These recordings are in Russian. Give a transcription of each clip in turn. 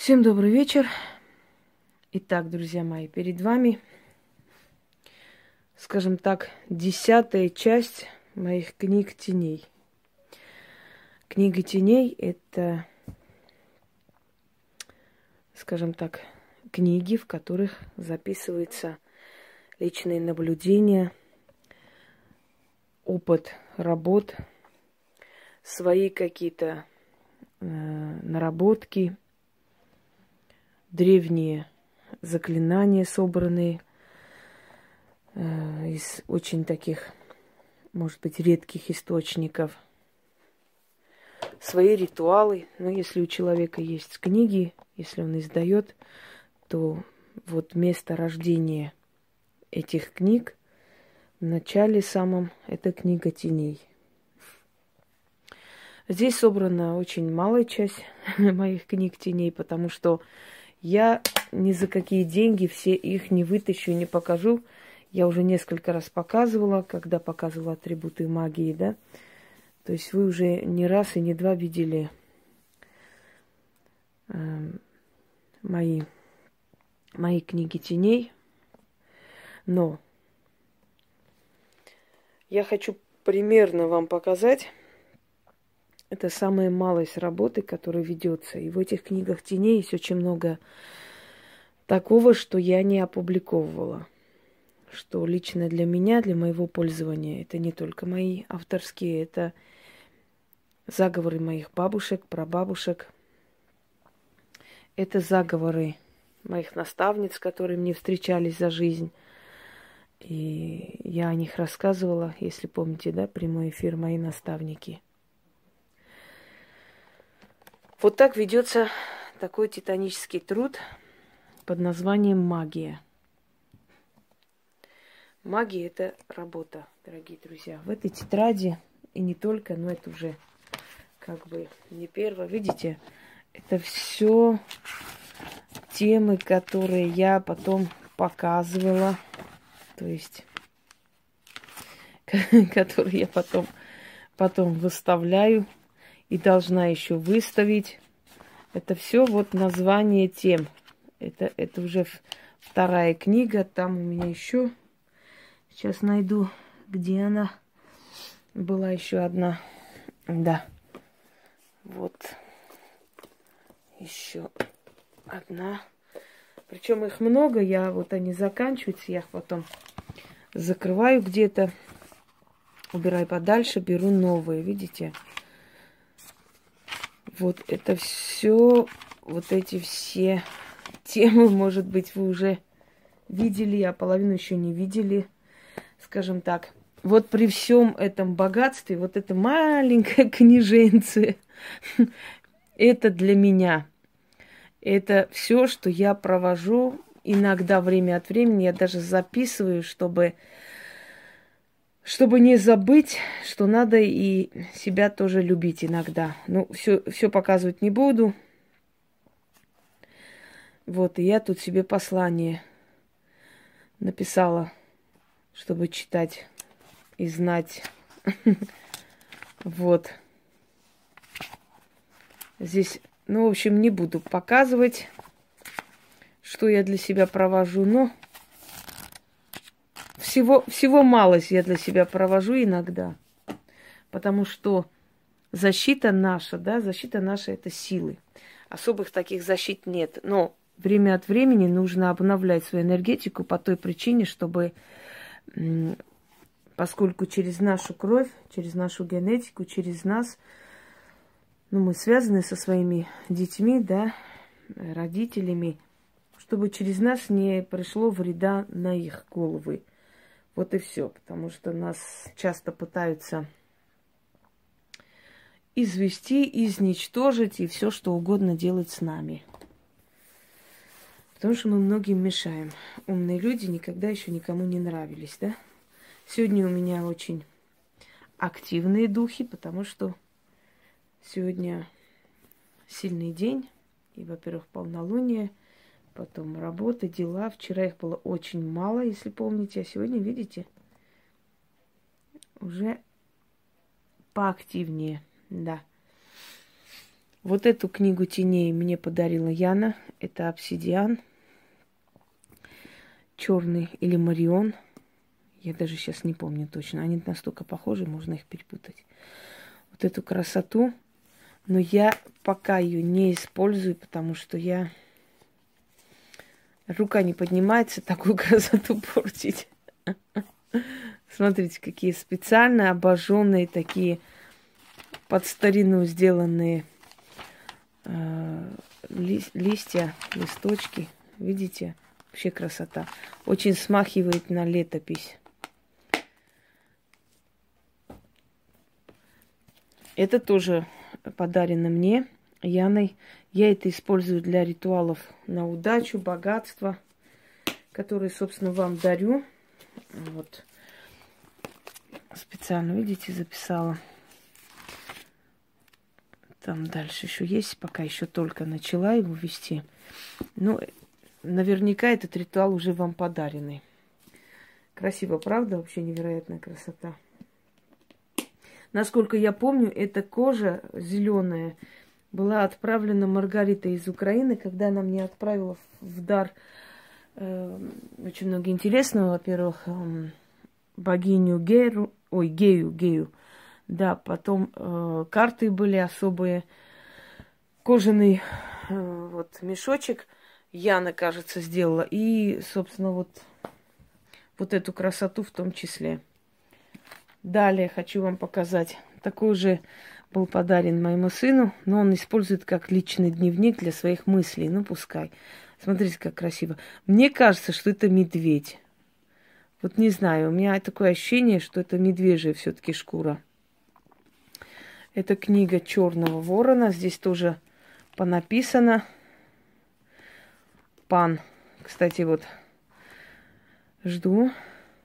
Всем добрый вечер. Итак, друзья мои, перед вами, скажем так, 10-я часть моих книг теней. Книга теней – это, скажем так, книги, в которых записываются личные наблюдения, опыт работ, свои какие-то наработки, древние заклинания, собранные из очень таких, может быть, редких источников, свои ритуалы. Но если у человека есть книги, если он издает, то вот место рождения этих книг в начале самом – это книга теней. Здесь собрана очень малая часть моих книг теней, потому что я ни за какие деньги все их не вытащу, не покажу. Я уже несколько раз показывала, когда показывала атрибуты магии, да. То есть вы уже не раз и не два видели мои книги теней. Но я хочу примерно вам показать. Это самая малость работы, которая ведется. И в этих книгах теней есть очень много такого, что я не опубликовывала. Что лично для меня, для моего пользования, это не только мои авторские, это заговоры моих бабушек, прабабушек. Это заговоры моих наставниц, которые мне встречались за жизнь. И я о них рассказывала, если помните, да, прямой эфир «Мои наставники». Вот так ведется такой титанический труд под названием магия. Магия – это работа, дорогие друзья. В этой тетради, и не только, но это уже как бы не первое. Видите, это все темы, которые я потом показывала, то есть, которые я потом выставляю и должна еще выставить. Это все вот название тем. Это уже вторая книга. Там у меня еще... Сейчас найду, где она. Была еще одна. Да. Вот. Еще одна. Причем их много. Они заканчиваются. Я их потом закрываю где-то. Убираю подальше. Беру новые. Видите? Вот это все, вот эти все темы, может быть, вы уже видели, а половину еще не видели, скажем так. Вот при всем этом богатстве, вот это маленькое книженце, это для меня. Это все, что я провожу иногда время от времени. Я даже записываю, чтобы не забыть, что надо и себя тоже любить иногда. Ну, все показывать не буду. Вот, и я тут себе послание написала, чтобы читать и знать. Вот. Здесь, ну, в общем, не буду показывать, что я для себя провожу, но всего малость я для себя провожу иногда. Потому что защита наша, это силы. Особых таких защит нет. Но время от времени нужно обновлять свою энергетику по той причине, чтобы, поскольку через нашу кровь, через нашу генетику, через нас, мы связаны со своими детьми, да, родителями, чтобы через нас не пришло вреда на их головы. Вот и все. Потому что нас часто пытаются извести, изничтожить и все, что угодно делать с нами. Потому что мы многим мешаем. Умные люди никогда еще никому не нравились, да? Сегодня у меня очень активные духи, потому что сегодня сильный день. И, во-первых, полнолуние, потом работа, дела. Вчера их было очень мало, если помните. А сегодня, видите, уже поактивнее, да. Вот эту книгу теней мне подарила Яна. Это обсидиан. Черный или Марион. Я даже сейчас не помню точно. Они настолько похожи, можно их перепутать. Вот эту красоту. Но я пока ее не использую, потому что рука не поднимается такую красоту портить. Смотрите, какие специально обожженные, такие под старину сделанные листья, листочки. Видите? Вообще красота. Очень смахивает на летопись. Это тоже подарено мне Яной. Я это использую для ритуалов на удачу, богатство, которые, собственно, вам дарю. Вот. Специально, видите, записала. Там дальше еще есть, пока еще только начала его вести. Ну, наверняка этот ритуал уже вам подаренный. Красиво, правда? Вообще невероятная красота. Насколько я помню, эта кожа зеленая была отправлена Маргаритой из Украины, когда она мне отправила в дар очень много интересного. Во-первых, богиню Гею. Да, потом карты были особые. Кожаный вот мешочек Яна, кажется, сделала. И, собственно, вот эту красоту в том числе. Далее хочу вам показать. Такой же был подарен моему сыну, но он использует как личный дневник для своих мыслей. Ну, пускай. Смотрите, как красиво. Мне кажется, что это медведь. Вот не знаю, у меня такое ощущение, что это медвежья все-таки шкура. Это книга Черного ворона. Здесь тоже понаписано. Пан. Кстати, вот жду,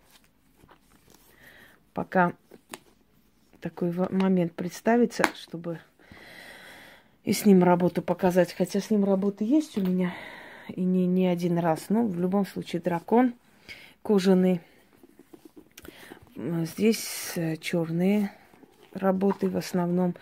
пока такой момент представится, чтобы и с ним работу показать. Хотя с ним работа есть у меня. И не один раз. Но в любом случае дракон кожаный. Здесь черные работы в основном.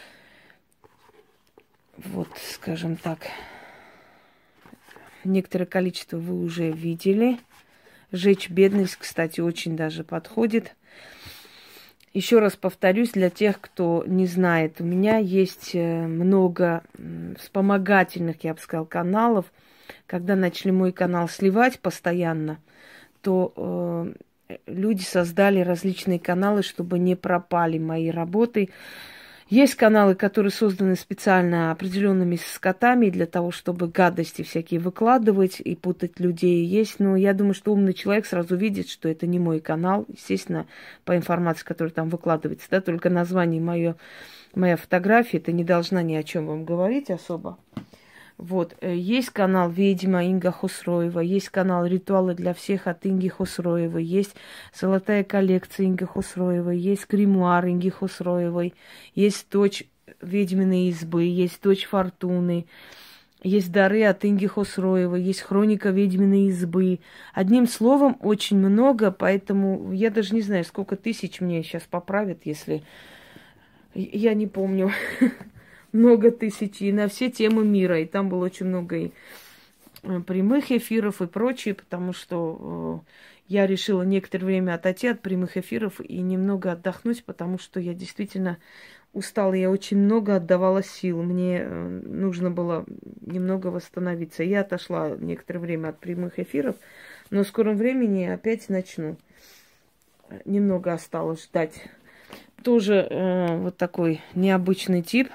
Вот, скажем так. Некоторое количество вы уже видели. Жечь бедность, кстати, очень даже подходит. Еще раз повторюсь, для тех, кто не знает, у меня есть много вспомогательных, я бы сказала, каналов. Когда начали мой канал сливать постоянно, то люди создали различные каналы, чтобы не пропали мои работы. Есть каналы, которые созданы специально определенными скотами для того, чтобы гадости всякие выкладывать и путать людей. Есть, но я думаю, что умный человек сразу видит, что это не мой канал. Естественно, по информации, которая там выкладывается, да, только название моя фотография, это не должна ни о чем вам говорить особо. Вот, есть канал «Ведьма» Инга Хосроева, есть канал «Ритуалы для всех» от Инги Хосроевой, есть «Золотая коллекция» Инги Хосроевой, есть «Гримуар» Инги Хосроевой, есть «Дочь ведьминой избы», есть «Дочь фортуны», есть «Дары» от Инги Хосроевой, есть «Хроника ведьминой избы». Одним словом, очень много, поэтому я даже не знаю, сколько тысяч мне сейчас поправят, если... Я не помню. Много тысяч, и на все темы мира. И там было очень много и прямых эфиров и прочее, потому что я решила некоторое время отойти от прямых эфиров и немного отдохнуть, потому что я действительно устала. Я очень много отдавала сил. Мне нужно было немного восстановиться. Я отошла некоторое время от прямых эфиров, но в скором времени опять начну. Немного осталось ждать. Тоже вот такой необычный тип.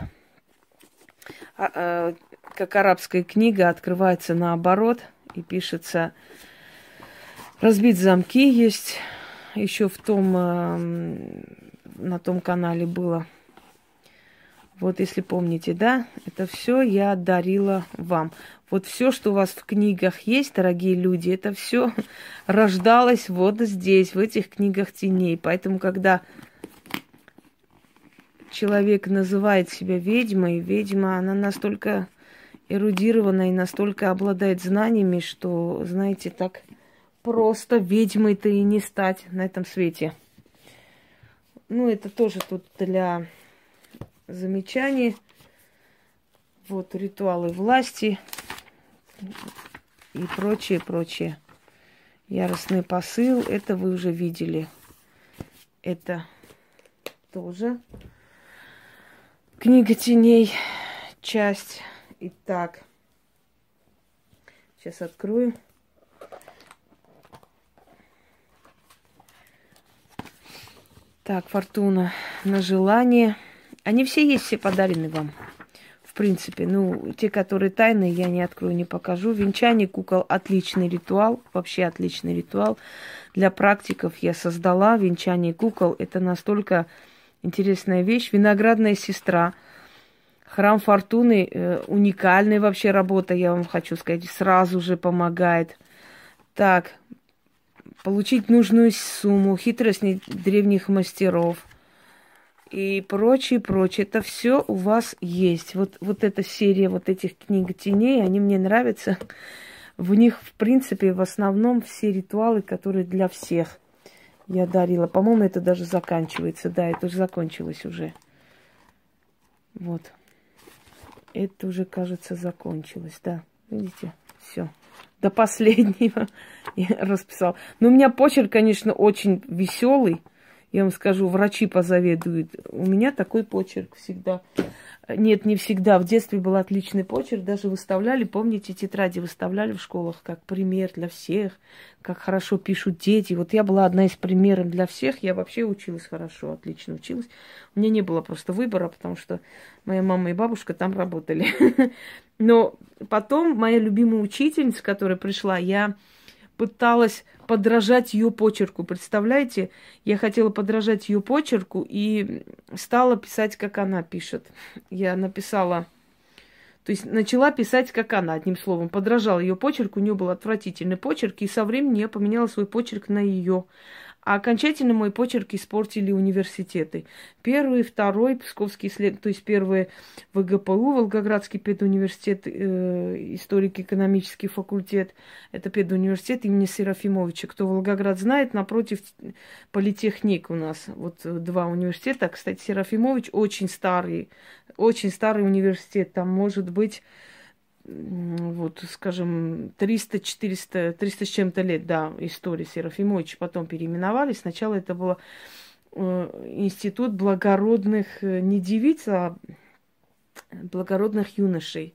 Как арабская книга, открывается наоборот и пишется «Разбить замки» есть. Еще на том канале было. Вот если помните, да, это все я дарила вам. Вот все, что у вас в книгах есть, дорогие люди, это все рождалось вот здесь, в этих книгах теней. Поэтому, когда человек называет себя ведьмой, ведьма, она настолько эрудирована и настолько обладает знаниями, что, знаете, так просто ведьмой-то и не стать на этом свете. Ну, это тоже тут для замечаний. Вот ритуалы власти и прочее, прочее. Яростный посыл, это вы уже видели. Это тоже книга теней, часть. Итак, сейчас открою. Так, фортуна на желание. Они все есть, все подарены вам. В принципе, ну, те, которые тайные, я не открою, не покажу. Венчание кукол – отличный ритуал, вообще отличный ритуал. Для практиков я создала венчание кукол. Это настолько интересная вещь. Виноградная сестра. Храм Фортуны – уникальная вообще работа, я вам хочу сказать, сразу же помогает. Так, получить нужную сумму, хитрость древних мастеров и прочее, прочее. Это все у вас есть. Вот эта серия вот этих книг теней, они мне нравятся. В них, в принципе, в основном все ритуалы, которые для всех я дарила. По-моему, это даже заканчивается. Да, это уже закончилось уже. Вот. Это уже, кажется, закончилось. Да, видите? Все. До последнего я расписала. Но у меня почерк, конечно, очень веселый. Я вам скажу, врачи позавидуют. У меня такой почерк всегда. Нет, не всегда. В детстве был отличный почерк. Даже выставляли, помните, тетради выставляли в школах как пример для всех. Как хорошо пишут дети. Вот я была одна из примеров для всех. Я вообще училась хорошо, отлично училась. У меня не было просто выбора, потому что моя мама и бабушка там работали. Но потом моя любимая учительница, которая пришла, я пыталась подражать ее почерку. Представляете, я хотела подражать ее почерку и стала писать, как она пишет. Я написала, то есть начала писать, как она, одним словом. Подражала ее почерку, у нее был отвратительный почерк, и со временем я поменяла свой почерк на ее. А окончательно мой почерк испортили университеты. Первый, второй, Псковский то есть первый ВГПУ, Волгоградский педуниверситет, историко-экономический факультет. Это педуниверситет имени Серафимовича. Кто Волгоград знает, напротив политехник у нас. Вот два университета. Кстати, Серафимович очень старый университет. Там может быть, вот, скажем, 300 с чем-то лет, да, история Серафимовича, потом переименовали. Сначала это был институт благородных, не девиц, а благородных юношей.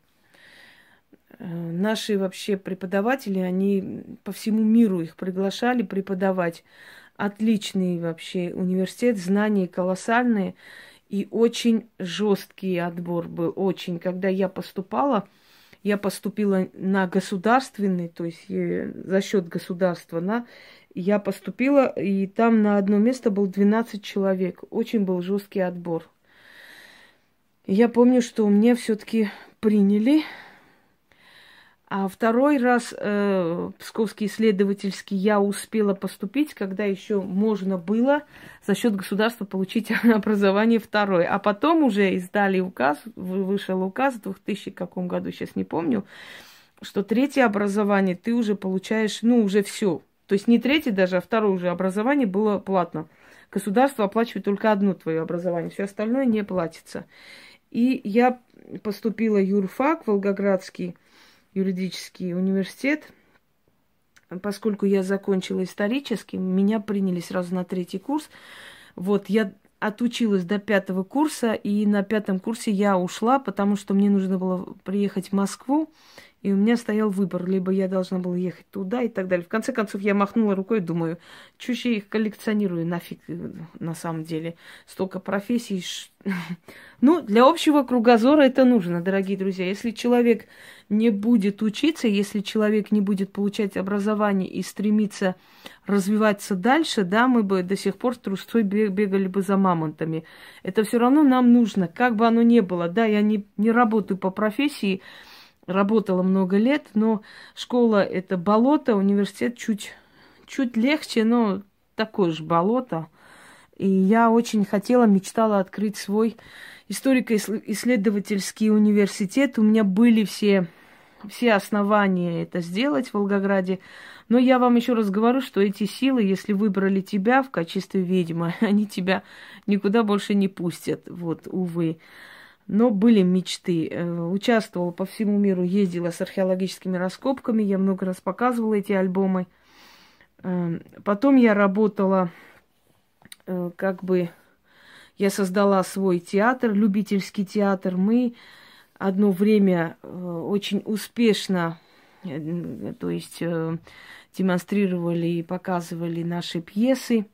Наши вообще преподаватели, они по всему миру их приглашали преподавать. Отличный вообще университет, знания колоссальные и очень жесткий отбор был, очень. Когда я поступила на государственный, то есть за счет государства, я поступила, и там на одно место было 12 человек. Очень был жесткий отбор. И я помню, что меня все-таки приняли. А второй раз Псковский исследовательский я успела поступить, когда еще можно было за счет государства получить образование второе. А потом уже издали указ, вышел указ в 2000 каком году, сейчас не помню, что третье образование ты уже получаешь, уже все. То есть не третье даже, а второе уже образование было платно. Государство оплачивает только одно твое образование, все остальное не платится. И я поступила в юрфак, Волгоградский юридический университет. Поскольку я закончила исторический, меня приняли сразу на 3-й курс. Вот, я отучилась до 5-го курса, и на 5-м курсе я ушла, потому что мне нужно было приехать в Москву, и у меня стоял выбор, либо я должна была ехать туда и так далее. В конце концов, я махнула рукой, думаю, чуть я их коллекционирую, нафиг на самом деле. Столько профессий. Для общего кругозора это нужно, дорогие друзья. Если человек не будет учиться, если человек не будет получать образование и стремиться развиваться дальше, да, мы бы до сих пор трусцой бегали бы за мамонтами. Это все равно нам нужно, как бы оно ни было. Да, я не работаю по профессии, работала много лет, но школа – это болото, университет чуть легче, но такое же болото. И я очень мечтала открыть свой историко-исследовательский университет. У меня были все основания это сделать в Волгограде. Но я вам еще раз говорю, что эти силы, если выбрали тебя в качестве ведьмы, они тебя никуда больше не пустят. Вот, увы. Но были мечты. Участвовала по всему миру, ездила с археологическими раскопками. Я много раз показывала эти альбомы. Потом я работала, я создала свой театр, любительский театр. Мы одно время очень успешно, то есть демонстрировали и показывали наши пьесы.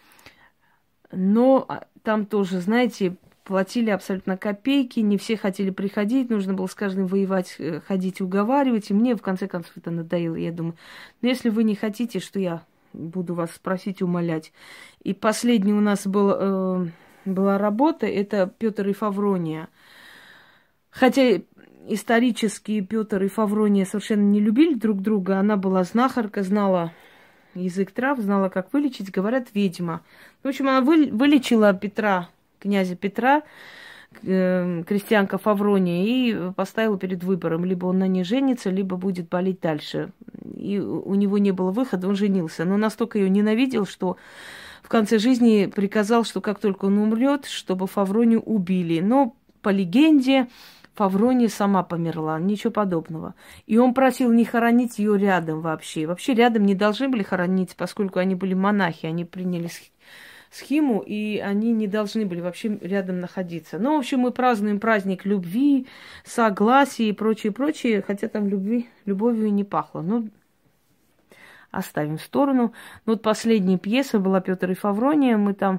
Но там тоже, знаете, платили абсолютно копейки, не все хотели приходить, нужно было с каждым воевать, ходить, уговаривать. И мне, в конце концов, это надоело. Я думаю, ну, если вы не хотите, что я буду вас просить, умолять. И последний у нас была работа, это Петр и Фаврония. Хотя исторически Петр и Фаврония совершенно не любили друг друга. Она была знахарка, знала язык трав, знала, как вылечить, говорят, ведьма. В общем, она вылечила Петра, князя Петра, крестьянка Фаврония, и поставила перед выбором. Либо он на ней женится, либо будет болеть дальше. И у него не было выхода, он женился. Но настолько ее ненавидел, что в конце жизни приказал, что как только он умрет, чтобы Фавронию убили. Но по легенде Фаврония сама померла, ничего подобного. И он просил не хоронить ее рядом вообще. Вообще рядом не должны были хоронить, поскольку они были монахи, они приняли схиму, и они не должны были вообще рядом находиться. Ну, в общем, мы празднуем праздник любви, согласия и прочее, хотя там любовью не пахло. Ну, оставим в сторону. Ну, вот последняя пьеса была «Петр и Фаврония». Мы там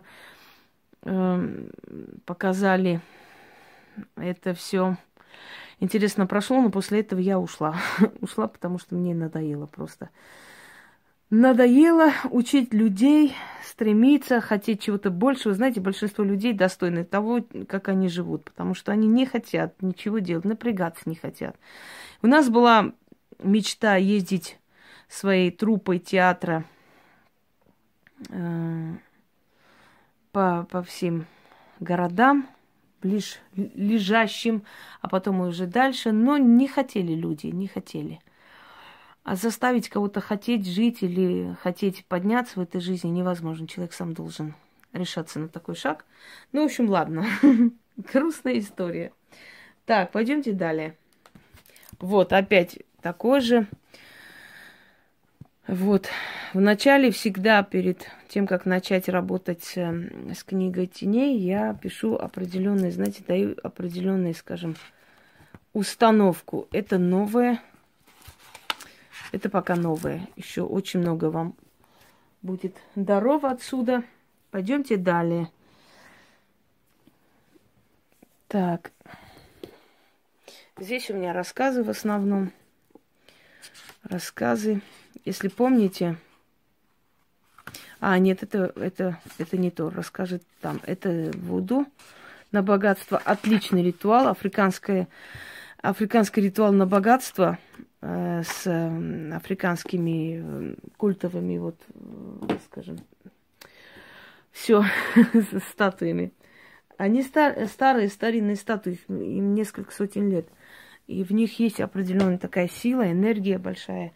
показали это все. Интересно прошло, но после этого я ушла. Ушла, потому что мне надоело просто. Надоело учить людей, стремиться, хотеть чего-то большего. Знаете, большинство людей достойны того, как они живут, потому что они не хотят ничего делать, напрягаться не хотят. У нас была мечта ездить своей труппой театра по всем городам, лежащим, а потом уже дальше. Но не хотели люди, не хотели. А заставить кого-то хотеть жить или хотеть подняться в этой жизни невозможно. Человек сам должен решаться на такой шаг. Ну, в общем, ладно. Грустная история. Так, пойдемте далее. Вот, опять такой же. Вот. Вначале всегда перед тем, как начать работать с книгой теней, я пишу определенные, знаете, даю определенные, скажем, установку. Это новое. Это пока новое. Еще очень много вам будет даров отсюда. Пойдемте далее. Так. Здесь у меня рассказы в основном. Рассказы. Если помните... нет, это не то. Расскажет там. Это вуду на богатство. Отличный ритуал. Африканский ритуал на богатство с африканскими культовыми, вот, скажем, все с статуями. Они старые, старинные статуи, им несколько сотен лет. И в них есть определенная такая сила, энергия большая.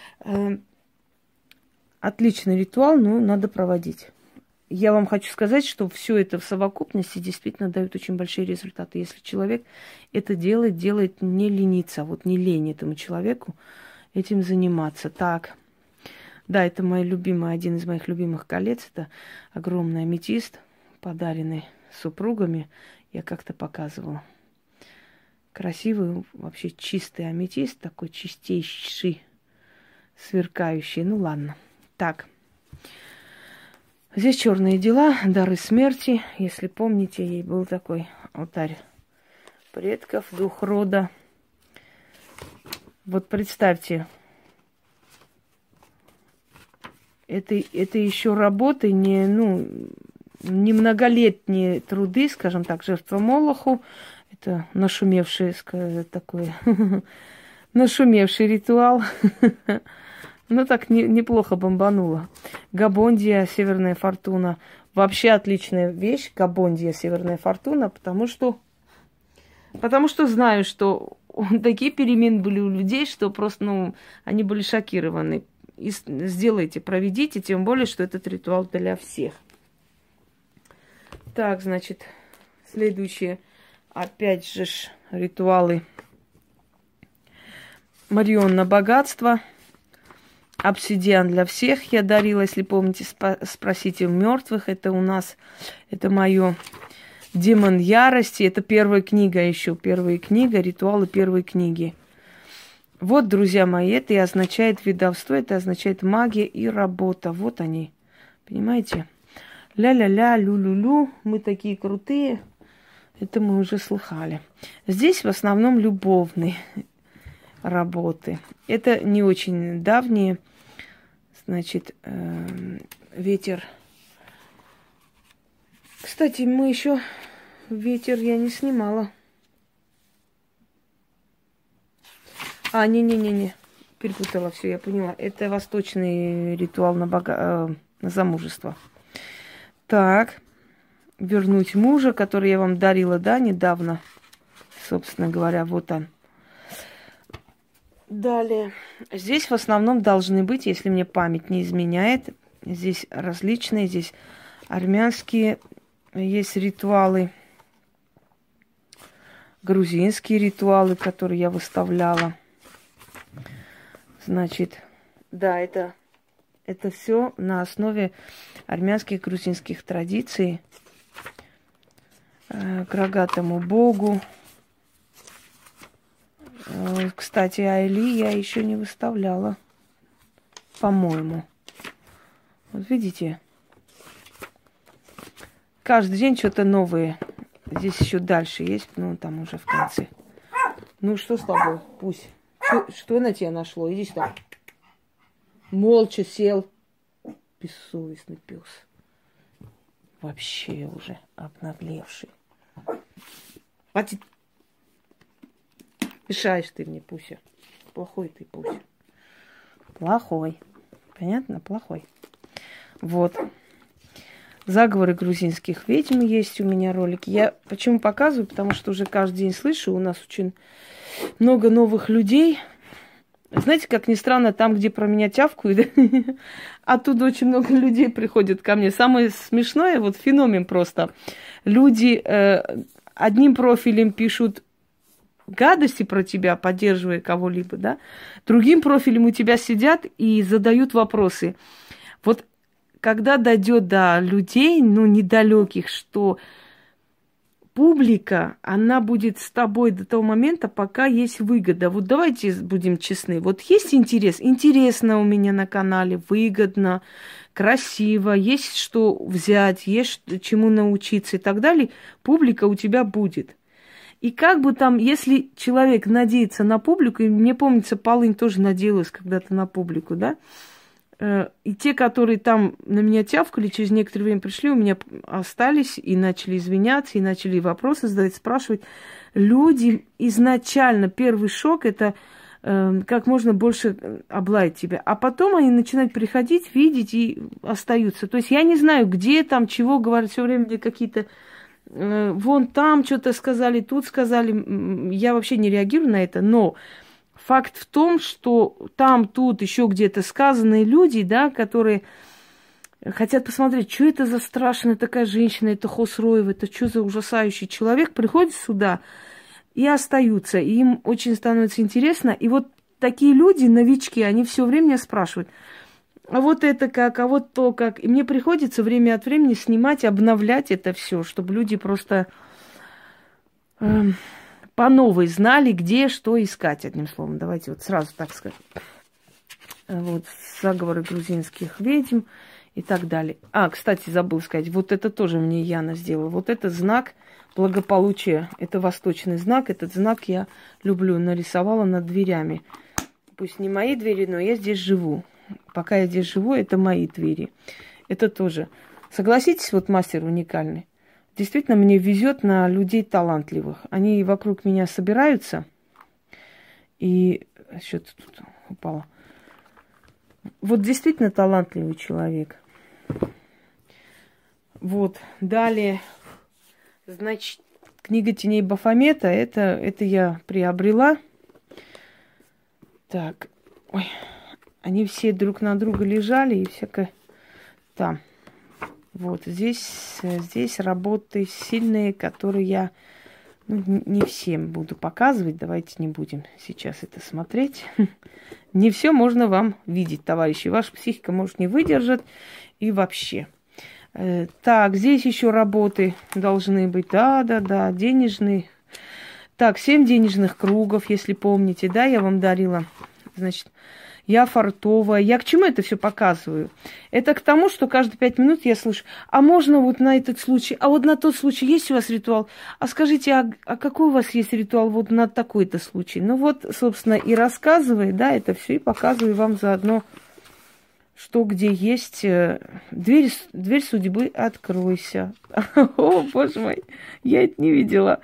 Отличный ритуал, но надо проводить. Я вам хочу сказать, что все это в совокупности действительно дает очень большие результаты. Если человек это делает не лениться, вот не лень этому человеку этим заниматься. Так, да, это один из моих любимых колец. Это огромный аметист, подаренный супругами. Я как-то показывала. Красивый, вообще чистый аметист, такой чистейший, сверкающий. Ну ладно. Так. Здесь черные дела, дары смерти. Если помните, ей был такой алтарь предков, дух рода. Вот представьте, это еще работы, не многолетние труды, скажем так, жертва Молоху. Это нашумевший такой, нашумевший ритуал. Ну, так неплохо бомбануло. Габондия, Северная Фортуна. Вообще отличная вещь, Габондия, Северная Фортуна, потому что знаю, что такие перемены были у людей, что просто, они были шокированы. И сделайте, проведите, тем более, что этот ритуал для всех. Так, значит, следующее. Опять же ритуалы Марион на богатство. Обсидиан для всех я дарила, если помните, спросите у мертвых. Это у нас, это мое демон ярости. Это первая книга еще, первая книга, ритуалы первой книги. Вот, друзья мои, это и означает ведовство, это означает магия и работа. Вот они, понимаете? Ля-ля-ля, лю-лю-лю, мы такие крутые. Это мы уже слыхали. Здесь в основном любовные работы. Это не очень давние. Значит, ветер. Кстати, мы еще ветер я не снимала. Не-не-не-не. Перепутала все, я поняла. Это восточный ритуал на замужество. Так. Вернуть мужа, который я вам дарила, да, недавно. Собственно говоря, вот он. Далее. Здесь в основном должны быть, если мне память не изменяет, здесь различные, здесь армянские есть ритуалы, грузинские ритуалы, которые я выставляла. Значит, да, это все на основе армянских, грузинских традиций. К рогатому богу. Кстати, Айли я еще не выставляла, по-моему. Вот видите, каждый день что-то новое. Здесь еще дальше есть, ну там уже в конце. Ну что с тобой, Пусть? Что на тебя нашло? Иди сюда. Молча сел. Бессовестный пес. Вообще уже обнаглевший. Хватит. Мешаешь ты мне, Пуся. Плохой ты, Пуся. Плохой. Понятно? Плохой. Вот. Заговоры грузинских ведьм есть у меня ролики. Я почему показываю? Потому что уже каждый день слышу, у нас очень много новых людей. Знаете, как ни странно, там, где про меня тявкают, оттуда очень много людей приходят ко мне. Самое смешное, вот феномен просто. Люди одним профилем пишут гадости про тебя, поддерживая кого-либо, да, другим профилем у тебя сидят и задают вопросы. Вот когда дойдет до людей, ну, недалеких, что публика, она будет с тобой до того момента, пока есть выгода. Вот давайте будем честны. Вот есть интерес, интересно у меня на канале, выгодно, красиво, есть что взять, есть чему научиться и так далее, публика у тебя будет. И как бы там, если человек надеется на публику, и мне помнится, Полынь тоже надеялась когда-то на публику, да, и те, которые там на меня тявкали, через некоторое время пришли, у меня остались и начали извиняться, и начали вопросы задавать, спрашивать. Люди изначально, первый шок – это как можно больше облаять тебя. А потом они начинают приходить, видеть и остаются. То есть я не знаю, где там, чего говорят, все время мне какие-то… Вон там что-то сказали, тут сказали. Я вообще не реагирую на это, но… Факт в том, что там, тут, еще где-то сказанные люди, да, которые хотят посмотреть, что это за страшная такая женщина, это Хосроева, это что за ужасающий человек, приходят сюда и остаются. И им очень становится интересно. И вот такие люди, новички, они все время меня спрашивают, а вот это как, а вот то как. И мне приходится время от времени снимать, обновлять это все, чтобы люди просто… по новой знали, где что искать, одним словом. Давайте вот сразу так скажем. Вот заговоры грузинских ведьм и так далее. Кстати, забыл сказать, вот это тоже мне Яна сделала. Вот это знак благополучия. Это восточный знак. Этот знак я люблю. Нарисовала над дверями. Пусть не мои двери, но я здесь живу. Пока я здесь живу, это мои двери. Это тоже. Согласитесь, вот мастер уникальный. Действительно, мне везет на людей талантливых. Они вокруг меня собираются. И что-то тут упало. Вот действительно талантливый человек. Вот. Далее, значит, книга теней Бафомета. Это я приобрела. Так. Ой. Они все друг на друга лежали и всякое там. Вот здесь работы сильные, которые я Ну, не всем буду показывать, давайте не будем сейчас это смотреть. Не все можно вам видеть, товарищи. Ваша психика может не выдержать и вообще. Так, здесь еще работы должны быть. Да, денежные. Так, 7 денежных кругов, если помните, да, я вам дарила. Значит, я фартовая. Я к чему это все показываю? Это к тому, что каждые 5 минут я слышу, а можно вот на этот случай, а вот на тот случай есть у вас ритуал? А скажите, а какой у вас есть ритуал вот на такой-то случай? Ну вот, собственно, и рассказываю, да, это все, и показываю вам заодно, что где есть. Дверь судьбы, откройся. О, боже мой, я это не видела.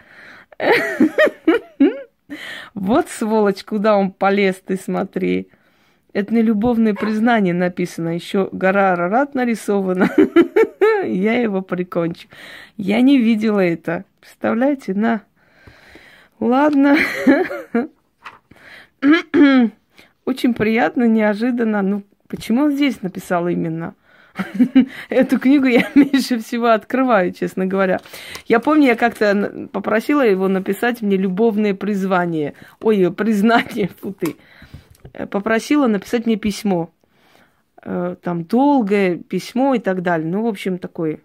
Вот сволочь, куда он полез, ты смотри. Это не любовное признание написано, еще гора Арарат нарисована. Я его прикончу. Я не видела это. Представляете, на. Ладно. Очень приятно, неожиданно. Ну, почему он здесь написал именно? Эту книгу я меньше всего открываю, честно говоря. Я помню, я как-то попросила его написать мне любовное призвание. Ой, признание, фу ты. Попросила написать мне письмо. Там долгое письмо и так далее. Ну, в общем, такое.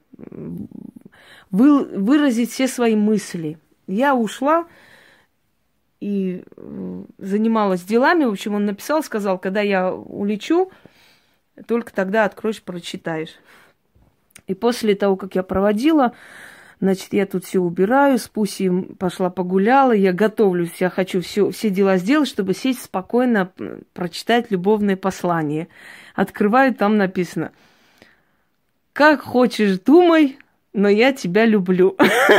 Выразить все свои мысли. Я ушла и занималась делами. В общем, он написал, сказал, когда я улечу, только тогда откроешь, прочитаешь. И после того, как я проводила, значит, я тут все убираю, с Пусей пошла погуляла, я готовлюсь, я хочу все дела сделать, чтобы сесть спокойно, прочитать любовное послание. Открываю, там написано: «Как хочешь, думай, но я тебя люблю».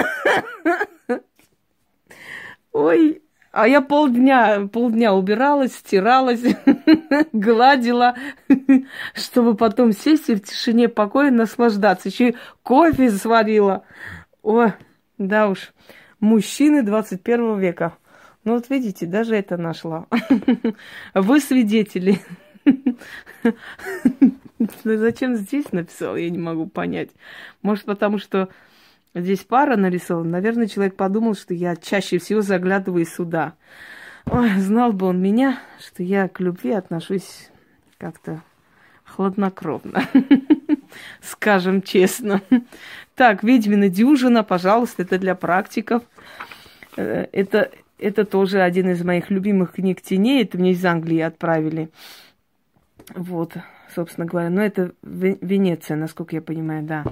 Ой, а я полдня убиралась, стиралась, гладила, чтобы потом сесть и в тишине покоя наслаждаться. Еще и кофе сварила. О, да уж, мужчины 21 века. Ну вот видите, даже это нашла. Вы свидетели. Зачем здесь написал, я не могу понять. Может, потому что здесь пара нарисована. Наверное, человек подумал, что я чаще всего заглядываю сюда. Ой, знал бы он меня, что я к любви отношусь как-то хладнокровно. Скажем честно. Так, «Ведьмина дюжина», пожалуйста, это для практиков. Это тоже один из моих любимых книг теней. Это мне из Англии отправили. Вот, собственно говоря. Но это Венеция, насколько я понимаю, да.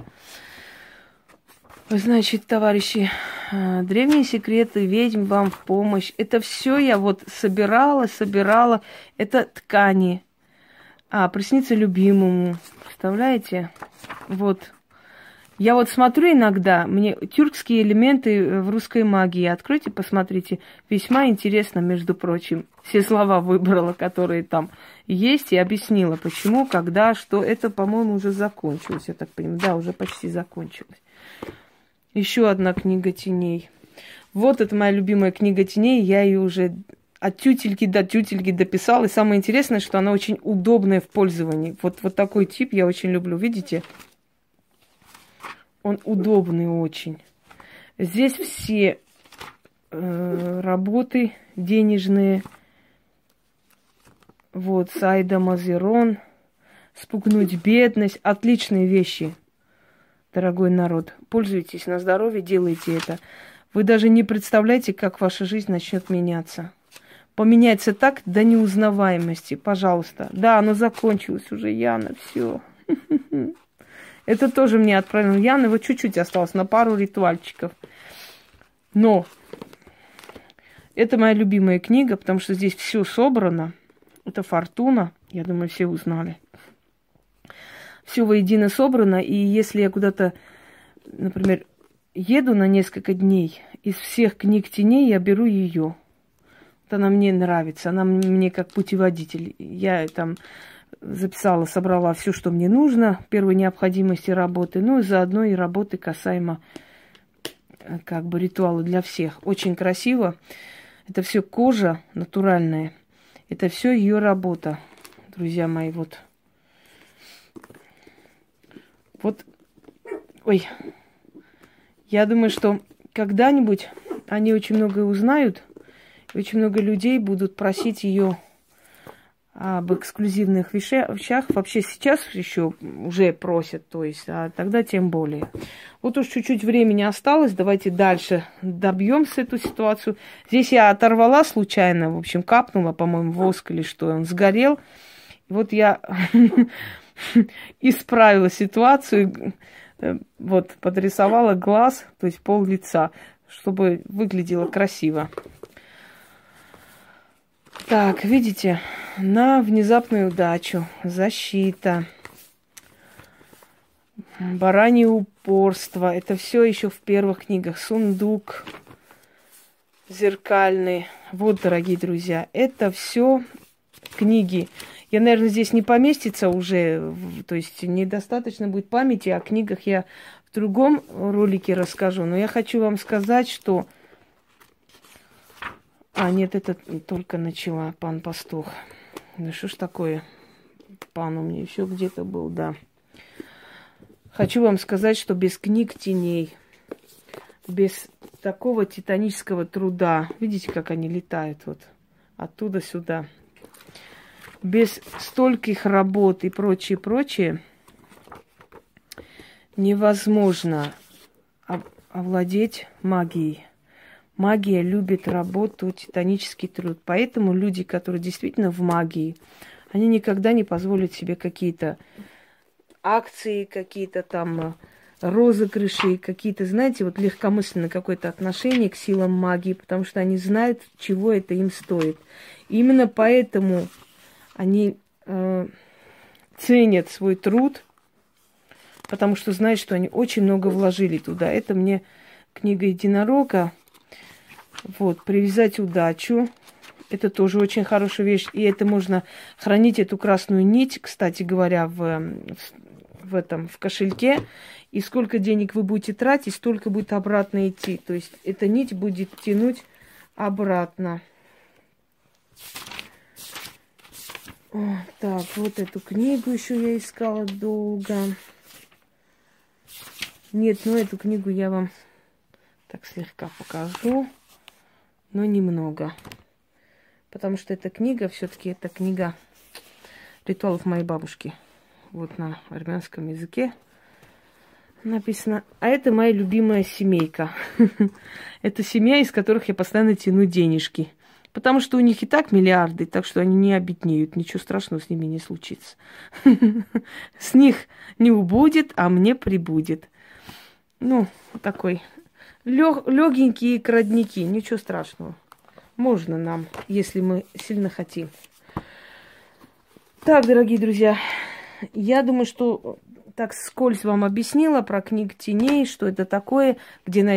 Значит, товарищи, древние секреты ведьм вам в помощь. Это все я вот собирала. Это ткани. Присниться любимому. Представляете? Вот. Я вот смотрю иногда, мне тюркские элементы в русской магии. Откройте, посмотрите. Весьма интересно, между прочим. Все слова выбрала, которые там есть, и объяснила, почему, когда, что. Это, по-моему, уже закончилось, я так понимаю. Да, уже почти закончилось. Еще одна книга теней. Вот это моя любимая книга теней. Я ее уже от тютельки до тютельки дописала. И самое интересное, что она очень удобная в пользовании. Вот такой тип я очень люблю. Видите? Он удобный очень. Здесь все работы денежные. Вот, Сайда Мазерон. Спугнуть бедность. Отличные вещи. Дорогой народ, пользуйтесь на здоровье, делайте это. Вы даже не представляете, как ваша жизнь начнет меняться. Поменяется так до неузнаваемости, пожалуйста. Да, оно закончилось уже, Яна, все. Это тоже мне отправил Яна, вот чуть-чуть осталось, на пару ритуальчиков. Но это моя любимая книга, потому что здесь все собрано. Это «Фортуна», я думаю, все узнали. Все воедино собрано, и если я куда-то, например, еду на несколько дней, из всех книг теней я беру ее. Вот она мне нравится, она мне как путеводитель. Я там записала, собрала все, что мне нужно, первой необходимости работы, ну и заодно и работы касаемо как бы ритуала для всех. Очень красиво. Это все кожа натуральная. Это все ее работа, друзья мои, вот. Вот, ой, я думаю, что когда-нибудь они очень многое узнают, очень много людей будут просить ее об эксклюзивных вещах. Вообще сейчас еще уже просят, то есть, а тогда тем более. Вот уж чуть-чуть времени осталось, давайте дальше добьемся эту ситуацию. Здесь я оторвала случайно, в общем, капнула, по-моему, воск или что, он сгорел. И вот я исправила ситуацию, вот, подрисовала глаз, то есть пол лица, чтобы выглядело красиво. Так, видите, на внезапную удачу, защита, баранье упорство. Это все еще в первых книгах. Сундук зеркальный. Вот, дорогие друзья, это все книги. Я, наверное, здесь не поместится уже, то есть недостаточно будет памяти. О книгах я в другом ролике расскажу. Но я хочу вам сказать, что... А, нет, это только начала, пан пастух. Да что ж такое? Пан у меня еще где-то был, да. Хочу вам сказать, что без книг теней, без такого титанического труда, видите, как они летают вот оттуда сюда, без стольких работ и прочее, невозможно овладеть магией. Магия любит работу, титанический труд. Поэтому люди, которые действительно в магии, они никогда не позволят себе какие-то акции, какие-то там розыгрыши, какие-то, знаете, вот легкомысленное какое-то отношение к силам магии, потому что они знают, чего это им стоит. И именно поэтому они ценят свой труд, потому что знают, что они очень много вложили туда. Это мне книга единорога. Вот, привязать удачу. Это тоже очень хорошая вещь. И это можно хранить, эту красную нить, кстати говоря, в кошельке. И сколько денег вы будете тратить, столько будет обратно идти. То есть эта нить будет тянуть обратно. О, так, вот эту книгу еще я искала долго. Нет, ну эту книгу я вам так слегка покажу. Но немного. Потому что эта книга, все-таки это книга ритуалов моей бабушки. Вот на армянском языке написано. А это моя любимая семейка. Это семья, из которых я постоянно тяну денежки. Потому что у них и так миллиарды, так что они не обеднеют. Ничего страшного с ними не случится. С них не убудет, а мне прибудет. Ну, такой... Легенькие крадники, ничего страшного. Можно нам, если мы сильно хотим. Так, дорогие друзья, я думаю, что так вскользь вам объяснила про книг теней, что это такое, где